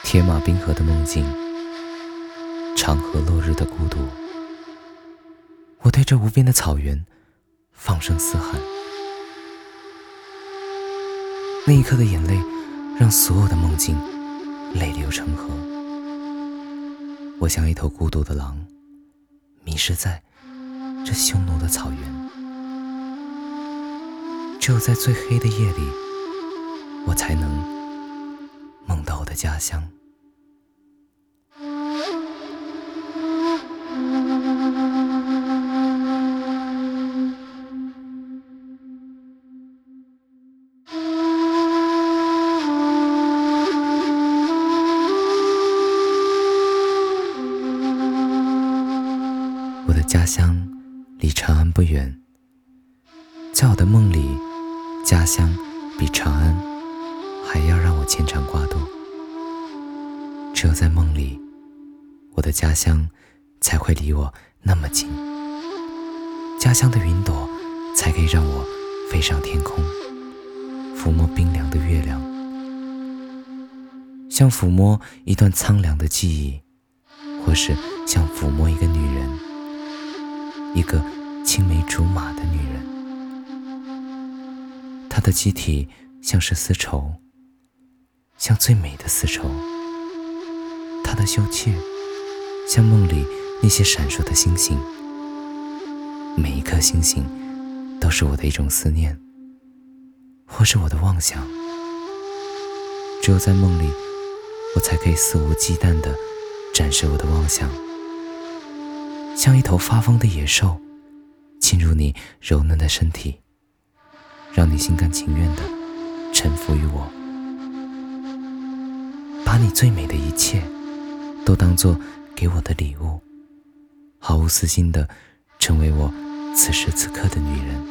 铁马冰河的梦境，长河落日的孤独。我对这无边的草原放声嘶喊，那一刻的眼泪让所有的梦境泪流成河。我像一头孤独的狼，迷失在这匈奴的草原。只有在最黑的夜里，我才能梦到我的家乡。我的家乡离长安不远，在我的梦里，家乡比长安还要让我牵肠挂肚。只有在梦里，我的家乡才会离我那么近，家乡的云朵才可以让我飞上天空，抚摸冰凉的月亮，像抚摸一段苍凉的记忆，或是像抚摸一个女人，一个青梅竹马的女人。她的机体像是丝绸，像最美的丝绸。她的羞怯像梦里那些闪烁的星星，每一颗星星都是我的一种思念，或是我的妄想。只有在梦里，我才可以肆无忌惮地展示我的妄想，像一头发疯的野兽进入你柔嫩的身体，让你心甘情愿地臣服于我，把你最美的一切都当作给我的礼物，毫无私心地成为我此时此刻的女人。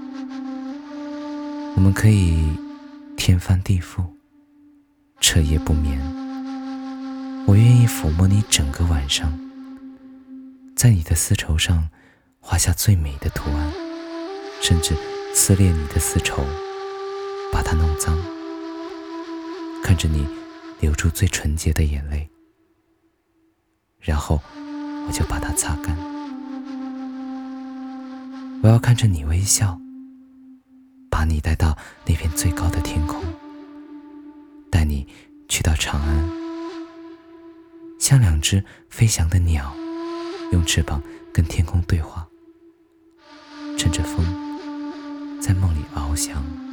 我们可以天翻地覆，彻夜不眠，我愿意抚摸你整个晚上，在你的丝绸上画下最美的图案，甚至撕裂你的丝绸，把它弄脏，看着你流出最纯洁的眼泪，然后我就把它擦干。我要看着你微笑，把你带到那片最高的天空，带你去到长安，像两只飞翔的鸟，用翅膀跟天空对话，趁着风在梦里翱翔。